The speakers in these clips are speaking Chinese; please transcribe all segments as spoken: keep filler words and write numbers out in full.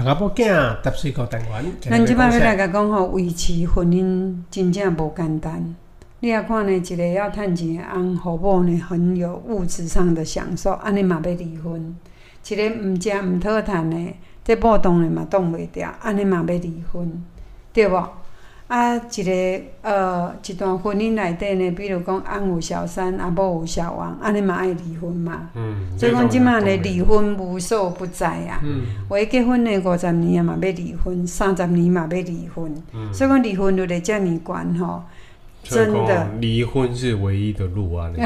人家某囝十岁高单元， 咱即摆要来甲讲吼，维持婚姻真正无简单。你也看呢，一个要趁钱的翁，互某呢很有物质上的享受，安尼嘛要离婚。一个毋食毋讨趁的，这某当然嘛挡袂牢，安尼嘛要离婚，对无？啊，一个呃一段婚姻内底呢，比如讲翁有小三，啊某有小王，安尼嘛爱离婚嘛。嗯。所以讲即摆呢，离婚无所不在啊。嗯。为结婚呢五十年啊嘛要离婚，三十年嘛要离婚。嗯。所以讲离婚率咧遮尔悬吼，真的。 离婚是唯一的路啊！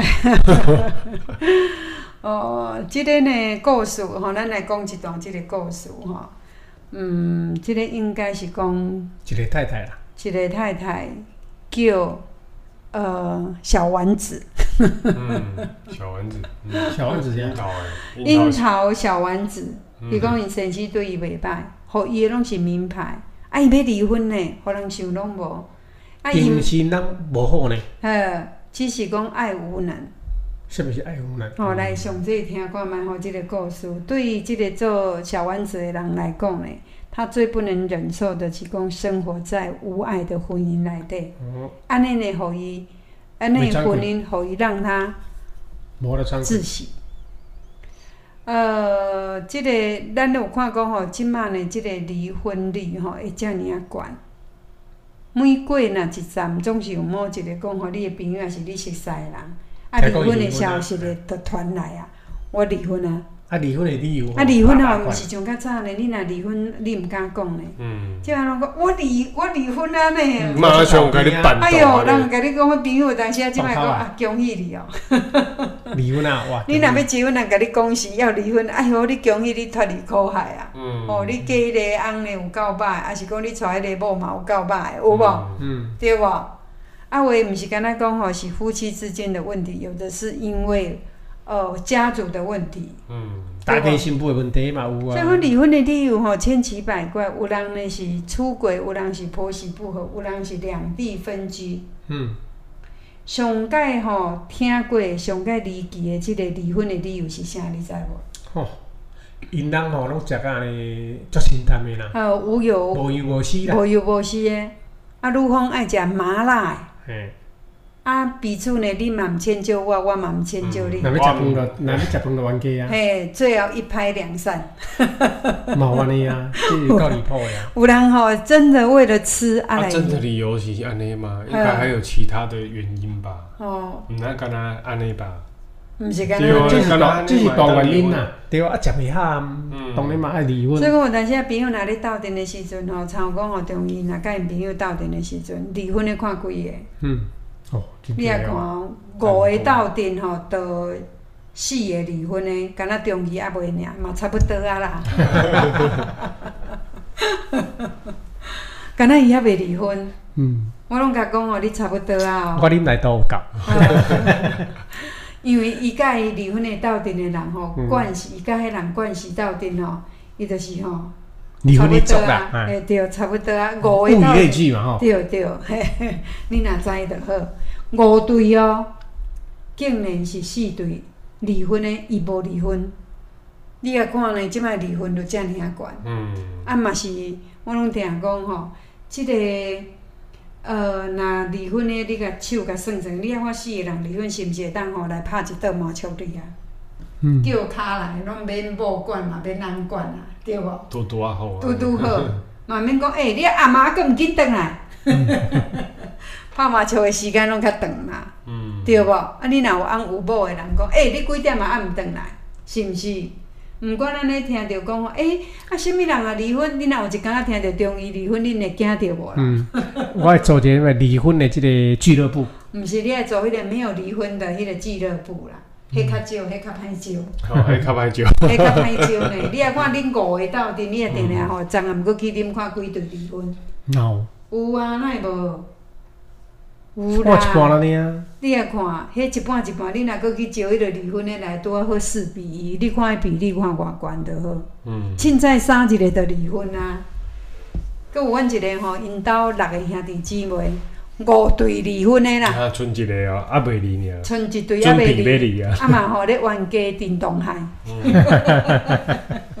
哦，即、这个呢故事吼，咱来讲一段即个故事吼。嗯，即、这个应该是讲一个太太啦。 一个太太叫呃小丸子， 嗯，小丸子， 嗯、小丸子是樱桃诶，樱桃小丸子，伊讲伊先生对伊袂歹，互伊诶拢是名牌，啊伊要离婚呢，互人想拢无， 啊伊精神人无好呢， 呵，只是讲爱无能。 是不是爱无能？ 哦，来详细听看卖吼，即个故事对于即个做小丸子诶人来讲呢。他最不能忍受的是讲生活在无爱的婚姻内底，安尼呢，互伊，安尼婚姻，互伊让他窒息。呃，即、这个咱有看讲吼，即摆呢，即个离婚率吼会遮尔啊悬。每过若一站，总是有某一个讲吼，你的朋友也是你熟悉的人，啊，离婚的消息咧，就传来啊，我离婚啊。 啊，离婚的理由？ 啊，离婚啊，毋是像较早呢。你若离婚，你毋敢讲呢。嗯。即下人讲，我离我离婚啊呢。 马上甲你办。 哎哟，人甲你讲，我朋友有当时啊，即摆讲啊，恭喜你哦。 离婚啊，哇！ 你若要结婚，人甲你讲是要离婚，哎哟，你恭喜你脱离苦海啊。嗯。哦，你嫁迄个翁呢有够歹，还是讲你娶迄个某嘛有够歹，有无？嗯。对无？啊，话毋是干那讲吼，是夫妻之间的问题，有的是因为。呃，家族的问题， 嗯，大家新妇的问题嘛有啊。 所以讲离婚的理由吼千奇百怪，有人呢是出轨，有人是婆媳不和，有人是两地分居。嗯。上届吼听过上届离奇的即个离婚的理由是啥？你知无？ 吼、哦，因人吼拢食甲安尼足清淡的啦。 呃，无油。 无油无丝啦。 无油无丝的，啊，女方爱食麻辣的。嘿。啊，彼此呢，你嘛毋迁就我，我嘛毋迁就你。 若要食饭就，若要食饭就冤家啊。 嘿，最后一拍两散。 嘛有安尼啊，这是够离谱的啊。 有人吼真的为了吃啊来。 啊，真的理由是安尼吗？应该还有其他的原因吧？哦。毋那干那安尼吧？ 毋是干那。对，这是大，这是大原因啦。对啊，食袂下，当然嘛爱离婚。 所以讲，有当时啊，朋友若咧斗阵的时阵吼，像讲吼，中医若甲因朋友斗阵的时阵，离婚咧看几个。嗯。哦，你也看，五个斗阵吼，到四个离婚的，敢若中医还袂尔，嘛差不多啊啦。敢若伊还袂离婚。嗯。我拢甲讲哦，你差不多啊。 我啉来都有够。 因为伊甲伊离婚的斗阵的人吼，惯势，伊甲迄人惯势斗阵吼，伊就是吼。 离婚的族啦， 哎对，差不多啊，五个斗。物以类聚嘛吼。 对对，嘿嘿，你若知就好。五对哦，竟然是四对离婚的，伊无离婚。你来看呢，即摆离婚率遮尔啊悬。嗯。啊嘛是，我拢听讲吼，即、这个呃，若离婚的，你甲手甲算算，你啊看四个人离婚是毋是会当吼来拍一顿麻将你啊？嗯。叫骹来，拢免某管嘛，免人管啊，对无？ 拄拄啊好。 拄拄好，嘛免讲，诶、欸，你阿妈阁毋紧转来。拍麻将的时间拢较长嘛，嗯、对无？啊，你若有翁有某的人讲，诶、欸，你几点嘛还毋转来，是毋是？毋管咱咧听着讲，诶、欸，啊，什物人啊离婚？你若有一工仔听着中医离婚，恁会惊着无啦？嗯， 我会做一个离婚的即个俱乐部。 毋是，你爱做迄个没有离婚的迄个俱乐部啦，迄较少，迄较歹招。 哦，迄较歹招。 迄较歹招呢，你爱看恁五个斗阵，你会定定吼，昨暗佫去啉看几对离婚。 有。 有啊，哪会无？ 有啦，一半了呢。 你啊看，迄一半一半，你若搁去招迄个离婚的来，拄啊好四比一，你看迄比例看偌悬就好。嗯。凊彩生一个就离婚啊！搁有阮一个吼，因兜六个兄弟姊妹，五对离婚的啦。 啊，剩一个哦，还袂离尔。 剩一对还袂离。啊嘛吼咧冤家震动海。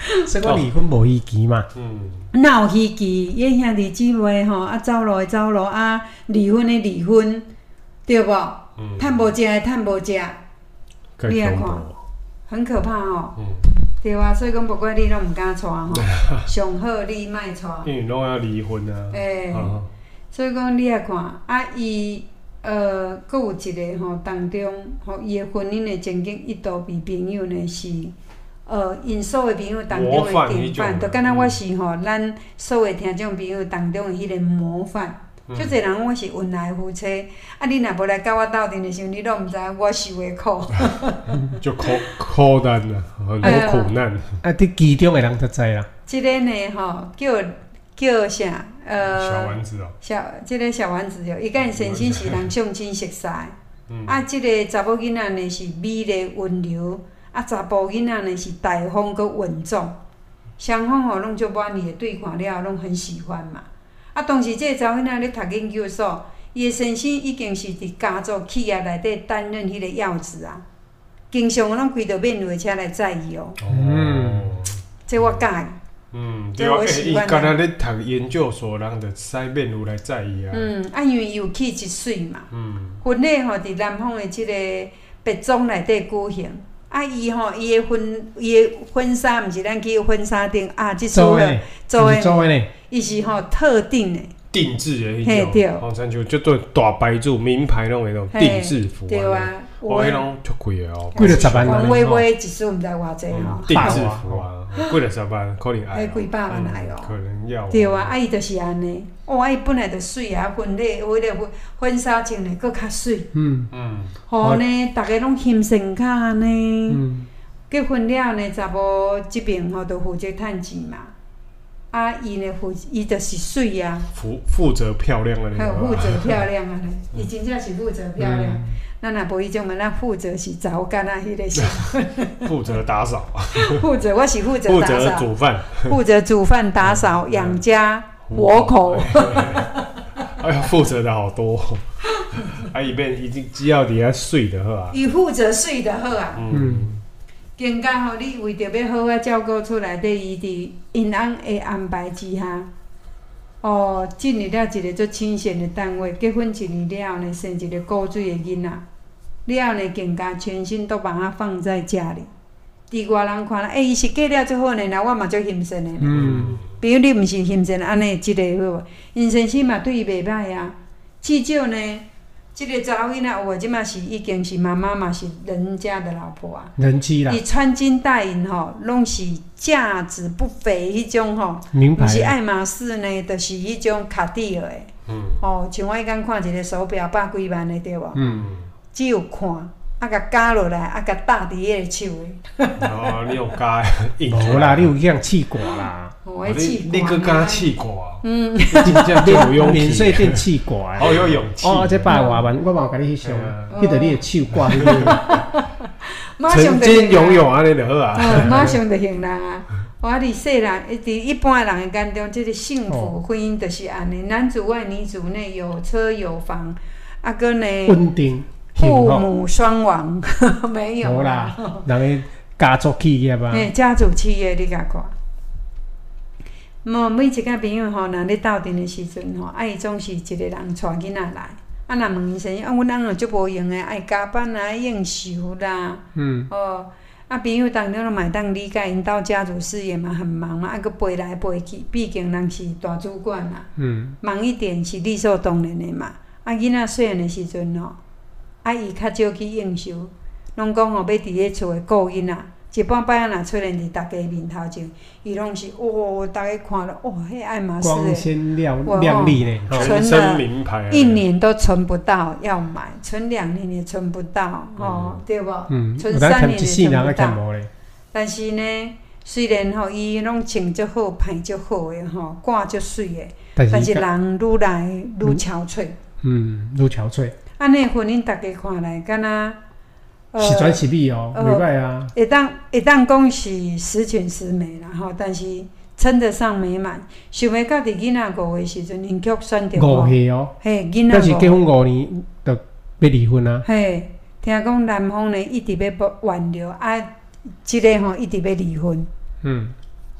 所以我离婚无预期嘛。 嗯， 哪有预期？伊兄弟姊妹吼，啊走路的走路，啊离婚的离婚，对无？嗯，趁无食的趁无食，你来看，很可怕吼。嗯，对啊，所以讲不过你拢毋敢娶吼，上好你莫娶。 因为拢要离婚啊。 诶、欸，哦、所以讲你来看，啊伊呃，阁有一个吼当中，吼伊的婚姻的前景一度被朋友呢是。呃，因所有朋友当中的典范，就敢若我是吼，咱所有听众朋友当中的迄个模范。足侪、嗯、人我是恩爱夫妻，啊，你若无来甲我斗阵的时候，你都毋知我受的苦。 就苦苦难啊，很多苦难。 啊，伫其中的人就知啦。 即个呢，吼叫叫啥？呃， 小丸子哦。 小，即、這個小丸子哦，伊甲因先生是人相亲熟识。嗯、啊，即、這個查某囡仔呢是美丽温柔。啊，查甫囡仔呢是大方佮稳重，双方吼拢足满意的对看了，拢很喜欢嘛。啊，当时这个查某囡仔咧读研究所，伊的先生已经是伫家族企业内底担任迄个要职啊，经常拢开着免费车来载伊哦。嗯，这我喜欢。 嗯，对啊，伊敢若咧读研究所，人着使免费来载伊啊。 嗯，啊，因为伊有气质水嘛。嗯。婚礼吼伫南方的即个别庄内底举行。啊，伊吼，伊的婚，伊的婚纱，毋是咱去婚纱店啊，即做诶，做诶， 伊是吼特定诶， 定制诶迄种，哦，像就就对大牌子、名牌拢迄种定制服啊， 对啊， 哇，迄种足贵诶哦， 贵了十万人，微微一束毋知偌济吼， 定制服啊，贵了十万，可能爱， 几百万来哦， 可能要， 对啊，啊伊就是安尼。哇！伊本来就水啊，婚礼迄个婚婚纱穿的搁较水。嗯嗯。吼呢，大家拢欣赏卡安尼。嗯。结婚了呢，查某这边吼就负责趁钱嘛。啊，伊呢负伊就是水啊。 负负责漂亮啊！ 还有负责漂亮啊！伊真正是负责漂亮。咱若无迄种嘛，咱负责是查某干啊，迄个是。 负责打扫。 负责，我是负责打扫。 负责煮饭。 负责煮饭、打扫、养家。活口， 哎呀，负责的好多，啊，伊变已经只要伫遐睡就好啊。 伊负责睡就好啊。嗯。更加吼，你为着要好啊照顾厝内底，伊伫因翁的安排之下，哦，进入了一个足清闲的单位，结婚一年了呢，生一个古水的囡仔，了呢更加全心都把它放在家里。伫外人看，哎、欸，伊是嫁了足好呢，那我嘛足欣赏的。嗯。比如你毋是欣赏安尼即个好无？因先生嘛对伊袂歹啊。至少呢，即、這个查某囡仔有诶，即马是已经是妈妈嘛，是人家的老婆啊。 人妻啦。伊穿金戴银吼，拢是价值不菲迄种吼。 名牌。 毋是爱马仕呢，就是迄种卡地尔诶。嗯。哦，像我迄天看一个手表，百几万的对无？嗯。只有看。啊，甲夹落来，啊，甲搭伫迄个手诶。 哦，你有夹印无啦，你有去人气挂啦。 哦，迄气挂。你搁加气挂？ 嗯。 真正有勇气。 免税店气挂。 好有勇气。 哦，这百外万，我嘛有甲你翕相，迄个你的手挂迄个。 曾经拥有安尼就好啊。 哦，马上就行人啊！我伫细人，伫一般人的眼中，即个幸福婚姻就是安尼，男主外女主内，有车有房，啊，搁呢。 稳定。 父母双亡，没有无啦，人个家族企业啊。 嘿，家族企业你甲看。无每一个朋友吼，若咧斗阵的时阵吼，啊伊总是一个人带囡仔来，啊若问伊先生，啊阮翁就足无用诶，爱加班啊，爱应酬啦，嗯，哦，啊朋友当中嘛当理解，因兜家族事业嘛很忙嘛，啊佮飞来飞去，毕竟人是大主管嘛，嗯，忙一点是理所当然的嘛，啊囡仔细汉的时阵吼。啊，伊较少去应酬，拢讲吼要伫咧厝诶顾囡仔。一般摆仔若出现伫大家面头前，伊拢是哦，大家看了哦，迄爱马仕诶， 光鲜亮亮丽呢， 全身名牌， 一年都存不到，要买，存两年也存不到，吼，对无？嗯，存三年也存不到。但是呢，虽然吼伊拢穿足好，配足好诶，吼，挂足水诶，但是人愈来愈憔悴。嗯， 愈憔悴。 安尼婚姻，大家看来，敢若是转是美哦，袂歹啊。 会当会当讲是十全十美啦吼，但是称得上美满。想袂到伫囡仔五岁时阵，因却选择五岁哦， 嘿，囡仔五。就是结婚五年，就要离婚啊。 嘿，听讲男方呢一直要挽留，啊，即个吼一直要离婚。嗯。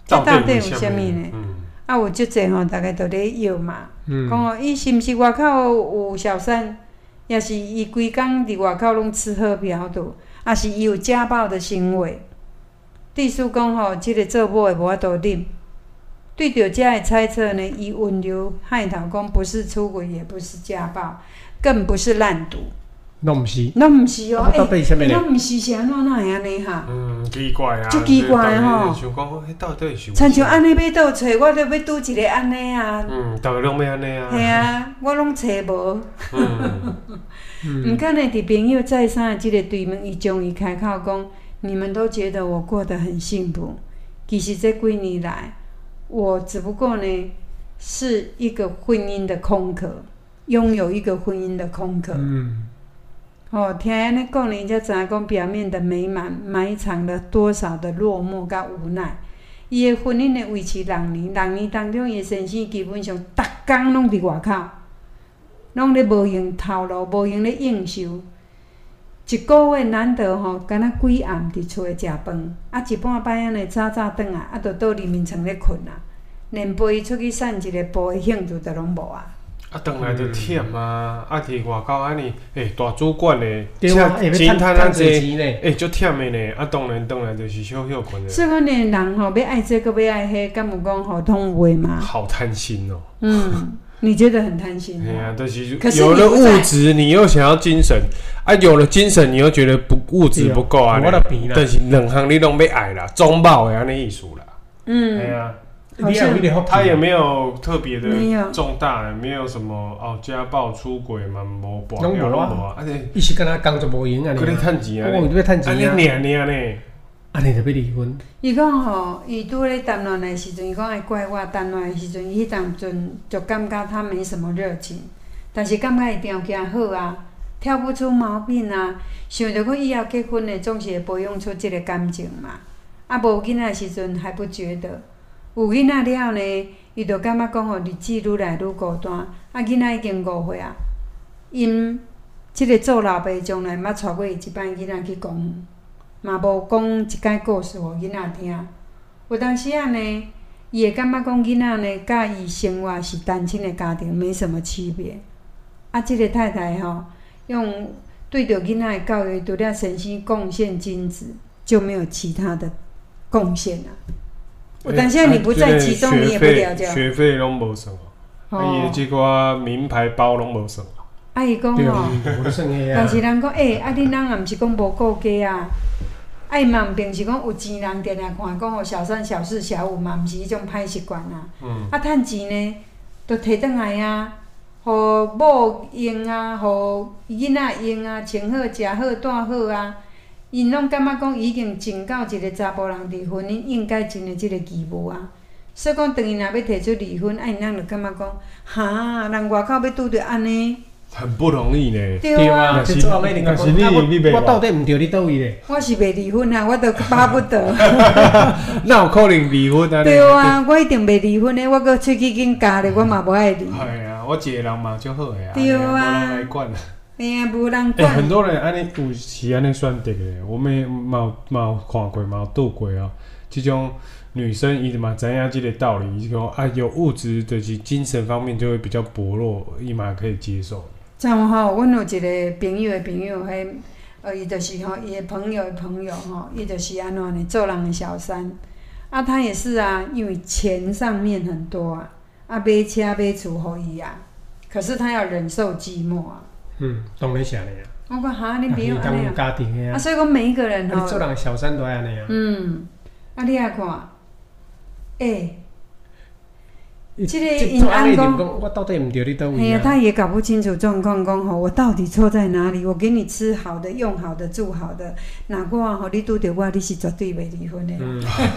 这到底有啥物呢？嗯、啊，有足济吼，大家都咧摇嘛，讲吼伊是毋是外口有小三，也是伊规工伫外口拢吃喝嫖赌，啊是伊有家暴的行为。地叔讲吼，即、这个做某的无法度忍。对着这的猜测呢，伊温柔害头讲，不是出轨，也不是家暴，更不是烂赌。 拢毋是， 拢毋是哦， 到底是啥物呢？ 拢毋是是安怎哪会安尼哈？ 嗯，奇怪啊， 足奇怪吼！ 想讲，迄到底是？ 亲像安尼要倒找，我都要拄一个安尼啊。 嗯，逐个拢要安尼啊。 系啊，我拢找无。嗯。毋敢呢，伫朋友再三的即个对问，伊终于开口讲：你们都觉得我过得很幸福，其实这几年来，我只不过呢是一个婚姻的空壳，拥有一个婚姻的空壳。嗯。哦，听安尼讲呢，才知影讲表面的美满埋藏了多少的落寞甲无奈。伊的婚姻呢维持六年，六年当中，伊的先生基本上逐工拢伫外口，拢咧无闲透露，无闲咧应酬。一个月难得吼，敢若几暗伫厝诶食饭，啊一半摆安尼早早转来，啊就倒里面床咧困啊，连陪伊出去散一个步诶兴趣都拢无啊。 啊，转来就忝啊！啊，伫外口安尼，诶，大主管咧， 钱钱趁啊济， 诶， 足忝诶呢。啊，当然转来就是休休困。 所以讲呢，人吼要爱这个要爱迄，敢有讲吼通有话嘛？ 好贪心哦。 嗯，你觉得很贪心？ 哎呀，就是有了物质，你又想要精神；啊，有了精神，你又觉得不物质不够啊。但是两项你拢要爱啦，中饱诶安尼意思啦。嗯。哎呀。他也没有特别的重大，没有什么哦家暴出轨嘛，无保镖拢无啊，而且伊是敢若工作无闲啊， 佮你趁钱啊， 我要趁钱啊， 安尼尔尔呢， 安尼就要离婚。 伊讲吼，伊拄咧谈恋爱的时阵，伊讲爱怪我谈恋爱的时阵，伊迄当阵就感觉他没什么热情，但是感觉伊条件好啊，挑不出毛病啊，想着讲以后结婚的总是会培养出即个感情嘛，啊无囡仔的时阵还不觉得。有囡仔了呢，伊就感觉讲吼，日子愈来愈孤单。啊，囡仔已经五岁啊，因即个做老爸从来捌带过伊一摆囡仔去公园，嘛无讲一解故事互囡仔听。有当时啊呢，伊会感觉讲囡仔呢，甲伊生活是单亲的家庭没什么区别。啊，即个太太吼，用对着囡仔的教育，除了身心贡献精子，就没有其他的贡献啦。有当时你不在其中，你也不了解。 学费拢无算哦，啊，伊的即个名牌包拢无算。 啊，伊讲吼，但是人讲，诶、欸，啊，恁人也毋是讲无顾家啊，啊，伊嘛毋平是讲有钱人定定看讲吼小三、小四、小五嘛，毋是迄种歹习惯啊。嗯。啊，趁钱呢，都摕转来啊，互某用啊，互囡仔用啊，穿好、食好、住好啊。因拢感觉讲已经尽到一个查甫人伫婚姻应该尽的即个义务啊，所以讲，当伊若要提出离婚，啊，因人就感觉讲，哈，人外口要拄着安尼， 很不容易呢。 对啊， 若是若是你，我到底毋对你倒位咧？ 我是袂离婚啊，我都巴不得。 哪有可能离婚啊？ 对啊，我一定袂离婚的，我搁喙齿紧咬咧，我嘛无爱离。 系啊，我一个人嘛足好个啊， 对啊， 无人来管。 哎呀，无人管。 欸、很多人安尼有是安尼选择的，我们嘛嘛有看过，嘛有拄过啊。这种女生伊嘛知影这个道理，伊讲啊有物质就是精神方面就会比较薄弱，伊嘛可以接受。 像吼，阮有一个朋友的朋友，迄呃，伊就是吼，伊的朋友的朋友吼，伊就是安怎呢？做人的小三，啊，他也是啊，因为钱上面很多啊，啊，买车买厝互伊啊，可是他要忍受寂寞啊。 嗯，当然是安尼啊。 我讲哈，你朋友安尼啊。家庭的啊。 啊，所以讲每一个人吼。 啊，你做人小三都爱安尼啊。 嗯，啊，你来看，诶、欸，即、这个因安讲，我到底唔对你倒位啊？ 嘿啊，他也搞不清楚状况，讲吼，我到底错在哪里？我给你吃好的、用好的、住好的，那我吼你拄着我，你是绝对袂离婚的。嗯。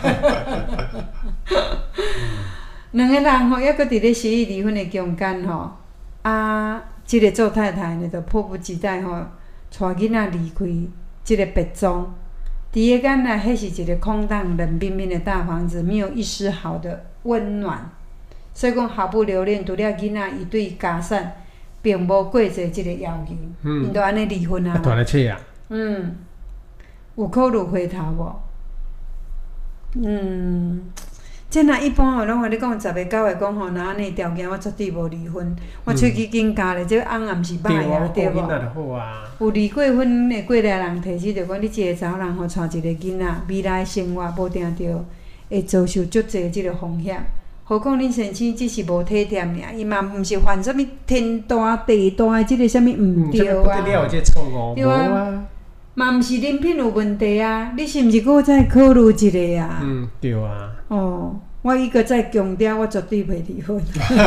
两个人吼，抑搁伫咧协议离婚的中间吼，啊。即个做太太呢，就迫不及待吼，带囡仔离开即个别庄。第一间呢，迄是一个空荡、冷冰冰的大房子，没有一丝毫的温暖。所以讲毫不留恋，除了囡仔伊对家产，并无过侪即个要求，因都安尼离婚啊。 啊，断了切啊。 嗯，有考虑回头无？嗯， 这若一般吼，拢互你讲十个九个讲吼，若安尼条件，我绝对无离婚。我喙齿紧咬咧，这翁也毋是歹啊，对无？有离过婚的过来人提起着讲，你一个查某人吼，带一个囡仔，未来生活无定着会遭受足侪即个风险。何况恁先生只是无体贴尔，伊嘛毋是犯啥物天大地大的即个啥物毋对啊？ 对啊。 嘛毋是人品有问题啊！你是毋是搁再考虑一下啊？ 嗯，对啊。 哦，我一个再强调，我绝对袂离婚。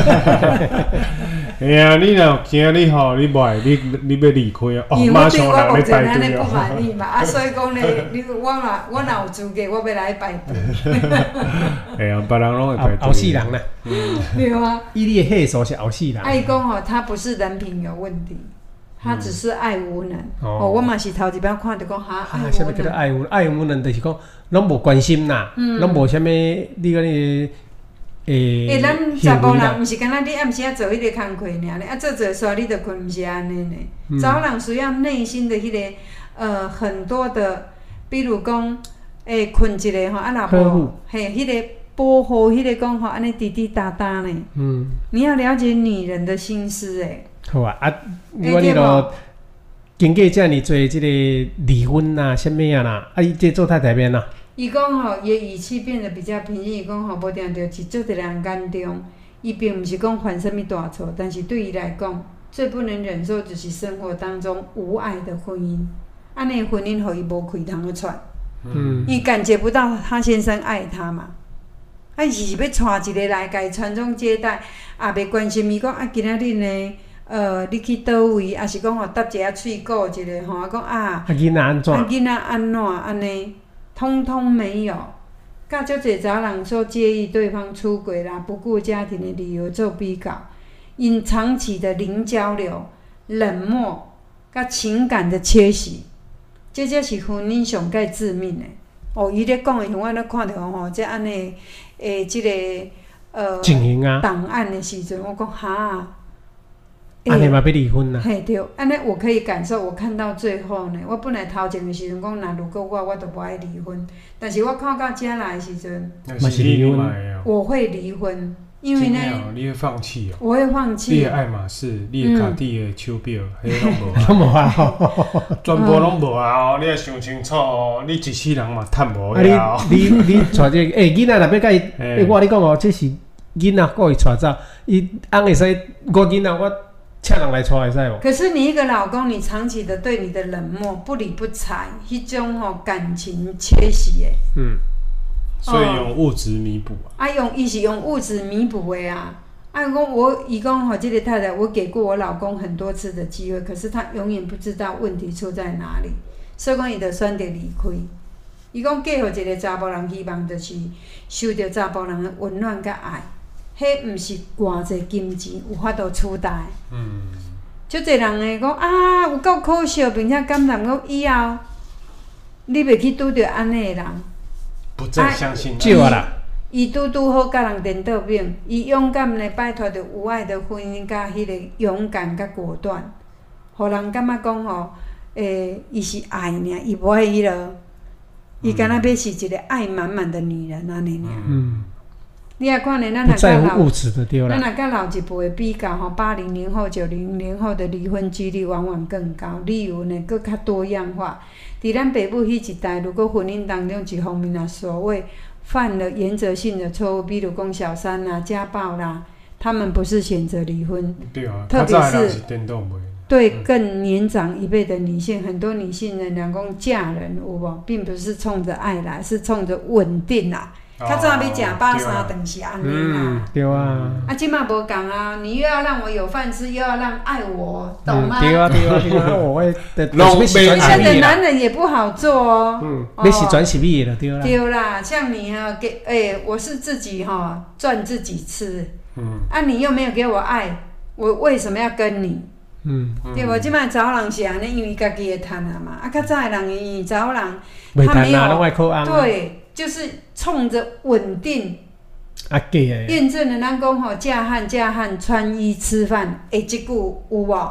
哎呀，你若惊你吼，你袂，你你要离开啊？哦，马上人来排队哦。不满意嘛？啊，所以讲咧，你我若我若有资格，我要来排队。 哎呀，别人拢会排队。 后世人啦。 对啊。 伊你的岁数是后世人。 爱讲吼，他不是人品有问题。他只是爱无能。嗯、哦，哦，我嘛是头一摆看到讲哈，爱无能。 啥物叫做爱无爱无能？就是讲，拢无关心啦，拢无啥物你个你诶。 诶，咱查甫人毋是干那你暗时啊做迄个工课尔咧，啊做做煞你着困，毋是安尼呢。查某人需要内心的迄、那个呃很多的，比如讲诶困一个吼，啊老婆嘿迄、那个保护，迄个讲吼安尼滴滴答答呢。嗯。你要了解女人的心思诶。 好啊，啊，你讲你咯，经过遮尔侪即个离婚啊，啥物啊啦，啊，伊这做太太边啦。 伊讲吼，伊的语气变得比较平静。伊讲吼，无定着是做一个人眼中，伊并毋是讲犯啥物大错，但是对伊来讲，最不能忍受就是生活当中无爱的婚姻。安尼婚姻，互伊无开通去喘。嗯。伊感觉不到他先生爱他嘛。啊，伊是要带一个来，甲伊传宗接代，也袂关心伊讲啊，今仔日呢？呃，你去倒位，还是讲吼搭一下喙鼓一个吼，啊讲啊， 啊囡仔安怎？ 啊囡仔安怎安尼，通通没有。甲足侪查人所介意对方出轨啦、不顾家庭的理由做比较，因长期的零交流、冷漠、甲情感的缺席，这才是婚姻上界致命的。哦，伊咧讲的，我咧看到吼，这安尼诶，即、这个呃档案的时阵，我讲哈。 安尼嘛要离婚啦？ 嘿对，安尼我可以感受。我看到最后呢，我本来头前的时阵讲，那如果我我都不爱离婚，但是我看到家来的时阵， 嘛是离婚。 我会离婚，因为呢， 你会放弃哦。 我会放弃。 你的爱马仕，你的卡地的手表，迄拢无啊， 拢无啊， 全部拢无啊！哦，你要想清楚哦，你一世人嘛趁无了。你你你带这诶囡仔若要甲伊，诶我你讲哦，这是囡仔故意带走，伊翁会使我囡仔我。请人来带会使无？ 可是你一个老公，你长期的对你的冷漠、不理不睬，迄种吼感情缺席的。 嗯。所以用物质弥补啊。 啊，用伊是用物质弥补的啊。啊，讲我伊讲吼，这个太太，我给过我老公很多次的机会，可是他永远不知道问题出在哪里，所以讲伊就选择离开。伊讲嫁予一个查甫人，希望就是受到查甫人的温暖甲爱。迄毋是偌济金钱有法度取代。嗯。足侪人会讲啊，有够可笑，并且感叹讲以后你袂去拄着安尼的人。 不再相信。 少啊啦。 伊拄拄好甲人颠倒面，伊勇敢的摆脱着无爱的婚姻，甲迄个勇敢甲果断，互人感觉讲吼，诶，伊是爱尔，伊无爱迄落，伊敢若要是一个爱满满的女人安尼尔。嗯。你也看咧，咱若甲老，咱若甲老一辈比较吼，八零零后、九零零后的离婚几率往往更高，理由呢佫较多样化。伫咱爸母迄一代，如果婚姻当中一方面啊，所谓犯了原则性的错误，比如讲小三啦、家暴啦，他们不是选择离婚， 对啊， 特别是对更年长一辈的女性，很多女性人讲嫁人有无，并不是冲着爱来，是冲着稳定啦。较早要食饱三顿是安尼啦， 对啊。 啊，即马无共啊，你又要让我有饭吃，又要让爱我，懂吗？ 对啊，对啊，对啊，我会。 现在的男人也不好做哦。 嗯。要是转是米的对啦。 对啦，像你啊，给诶，我是自己哈赚自己吃。嗯。啊，你又没有给我爱，我为什么要跟你？嗯。对无？即马查某人是安尼，因为家己会趁啊嘛。啊，较早的人因为查某人他没有对。就是冲着稳定， 啊，对诶， 验证了咱讲吼，嫁汉嫁汉穿衣吃饭，诶，即句有无？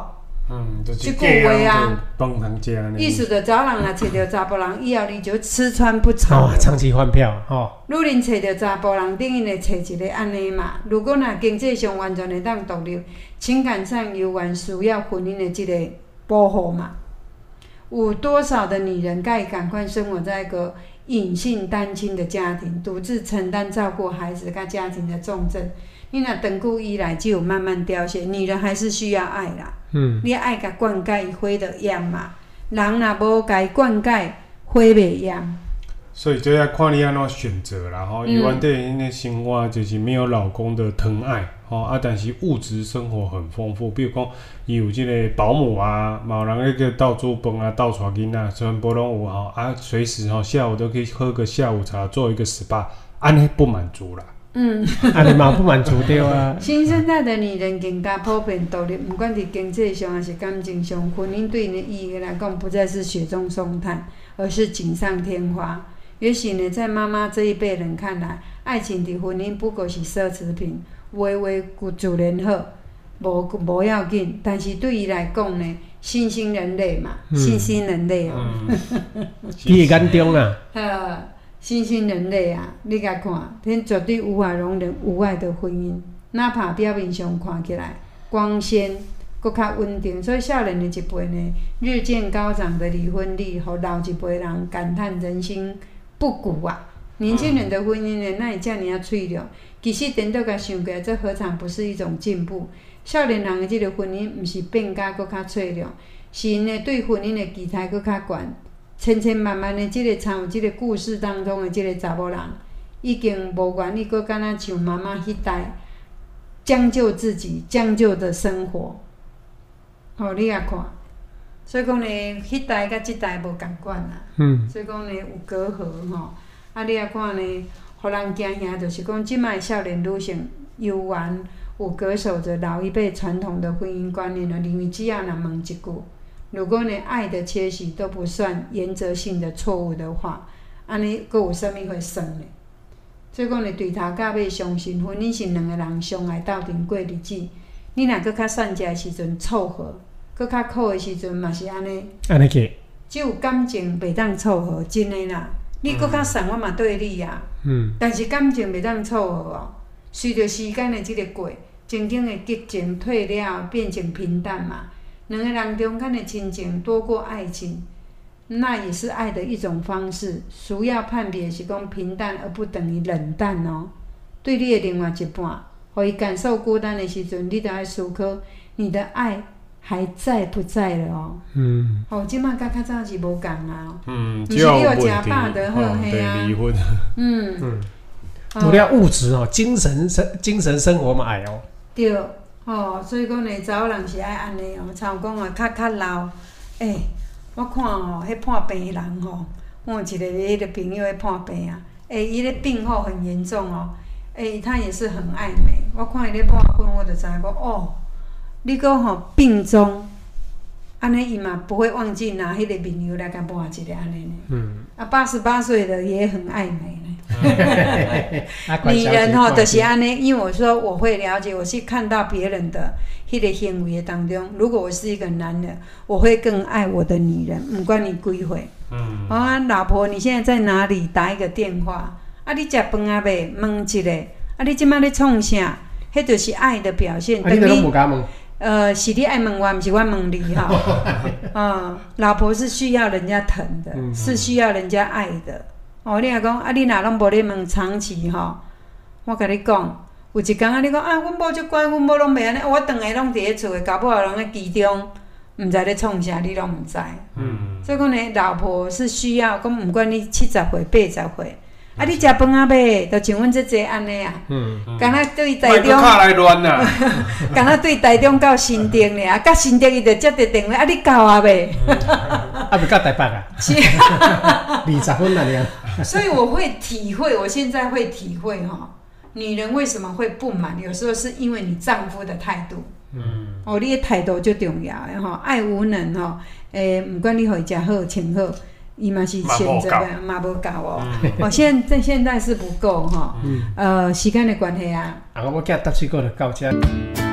嗯，就是这句话啊， 饭通食呢。 意思就查人若找着查甫人以后，你就吃穿不愁。 哦，长期换票哦。 女人找着查甫人，等于会找一个安尼嘛。如果若经济上完全会当独立，情感上有完需要婚姻的这个保护嘛。有多少的女人该赶快生活在一个隐性单亲的家庭，独自承担照顾孩子跟家庭的重责？你若长久以来就有慢慢凋谢，女人还是需要爱啦。嗯，你爱甲灌溉，伊花就艳嘛。人若无甲灌溉，花袂艳。 所以这要看你安怎选择啦吼。伊原底因的生活就是没有老公的疼爱吼啊，但是物质生活很丰富，比如讲伊有即个保姆啊，嘛有人迄个倒煮饭啊、倒带囡仔，全部拢有吼啊，随时吼下午都可以喝个下午茶，做一个 S P A， 安尼不满足啦。 嗯， 啊，你嘛不满足对啊。 新生代的女人更加普遍独立，不管伫经济上还是感情上，婚姻对你的意义来讲，不再是雪中送炭，而是锦上添花。也许呢，在妈妈这一辈人看来，爱情伫婚姻不过是奢侈品，微微自然好，无无要紧。但是对伊来讲呢，新兴人类嘛，嗯、新兴人类哦， 伊眼中啊。 呃新兴人类啊，你甲看，恁绝对无法容忍无爱的婚姻，哪怕表面上看起来光鲜，搁较稳定。所以少年的一辈呢，日渐高涨的离婚率，互老一辈人感叹人心不古啊。年轻人的婚姻呢，哪会遮尔啊脆弱？其实颠倒甲想起来，这何尝不是一种进步？少年人的这个婚姻，毋是变甲搁较脆弱，是因呢对婚姻的期待搁较悬。千千万万的这个参与这个故事当中的这个查某人，已经无愿意搁敢若像妈妈迄代将就自己、将就的生活。吼、哦，你也看，所以讲呢，迄代甲即代无共款啦。嗯。所以讲呢，有隔阂吼。啊，你也看呢，互人惊吓，就是讲即摆少年女性犹原有恪守着老一辈传统的婚姻观念了，因为只要若问一句。如果连爱的缺席都不算原则性的错误的话，安尼阁有啥物会算呢？所以讲呢，对头到尾相信婚姻是两个人相爱斗阵过日子。你若阁较善食的时阵凑合，阁较苦的时阵嘛是安尼。 安尼去。 只有感情袂当凑合，真的啦。你阁较善，我嘛对你啊。嗯。但是感情袂当凑合哦。随着时间的即个过，曾经的激情退了，变成平淡嘛。两个人中间的亲情多过爱情，那也是爱的一种方式。需要判别是讲平淡，而不等于冷淡哦。对你的另外一半，互伊感受孤单的时阵，你就要思考你的爱还在不在了哦。嗯。哦，即摆甲较早是无共啊。嗯，毋是你有食饱就好，嘿啊。离婚。嗯嗯。除了物质哦，精神生精神生活嘛爱哦。 对。哦，所以讲呢，查某人是爱安尼哦，像讲啊，较较老，诶、欸，我看吼，迄看病的人吼，我有一个迄个朋友咧看病啊，诶、欸，伊咧病吼很严重哦，诶、欸，他也是很爱美，我看伊咧抹粉，我就知影讲哦，你讲吼病中，安尼伊嘛不会忘记拿迄个面油来甲抹一个安尼呢。嗯。啊，八十八岁的也很爱美呢。女人吼就是安尼，因为我说我会了解，我是看到别人的迄个行为当中，如果我是一个男人，我会更爱我的女人，不管你几岁。嗯。啊，老婆，你现在在哪里？打一个电话。啊，你食饭啊未？问一个。啊，你即摆咧创啥？迄就是爱的表现。 啊，你都无甲问。 呃，是你爱问我，不是我问你哈。啊，老婆是需要人家疼的，嗯、是需要人家爱的。哦，你若讲啊，你若拢无咧问长期吼，我甲你讲，有一工啊，你讲啊，阮某足乖，阮某拢袂安尼，我顿下拢伫咧厝诶，搞不好人咧其中，毋知咧创啥，你拢毋知。嗯。所以讲呢，老婆是需要，讲毋管你七十岁、八十岁。啊！你食饭啊未？就像阮即个安尼啊，嗯，敢若对台中， 莫来乱啦， 敢若对台中到新店咧，啊，到新店伊就接着电话，啊，你到啊未？ 啊，未到台北啊？是二十分啦，你。 所以我会体会，我现在会体会哈，女人为什么会不满？有时候是因为你丈夫的态度，嗯，哦，你的态度最重要的哈，爱无能哈，诶，毋管你互伊食好穿好。伊嘛是选择的，嘛无够哦。哦，现在现在是不够哈。嗯。呃，时间的关系啊。 啊，我今仔搭水果就到这。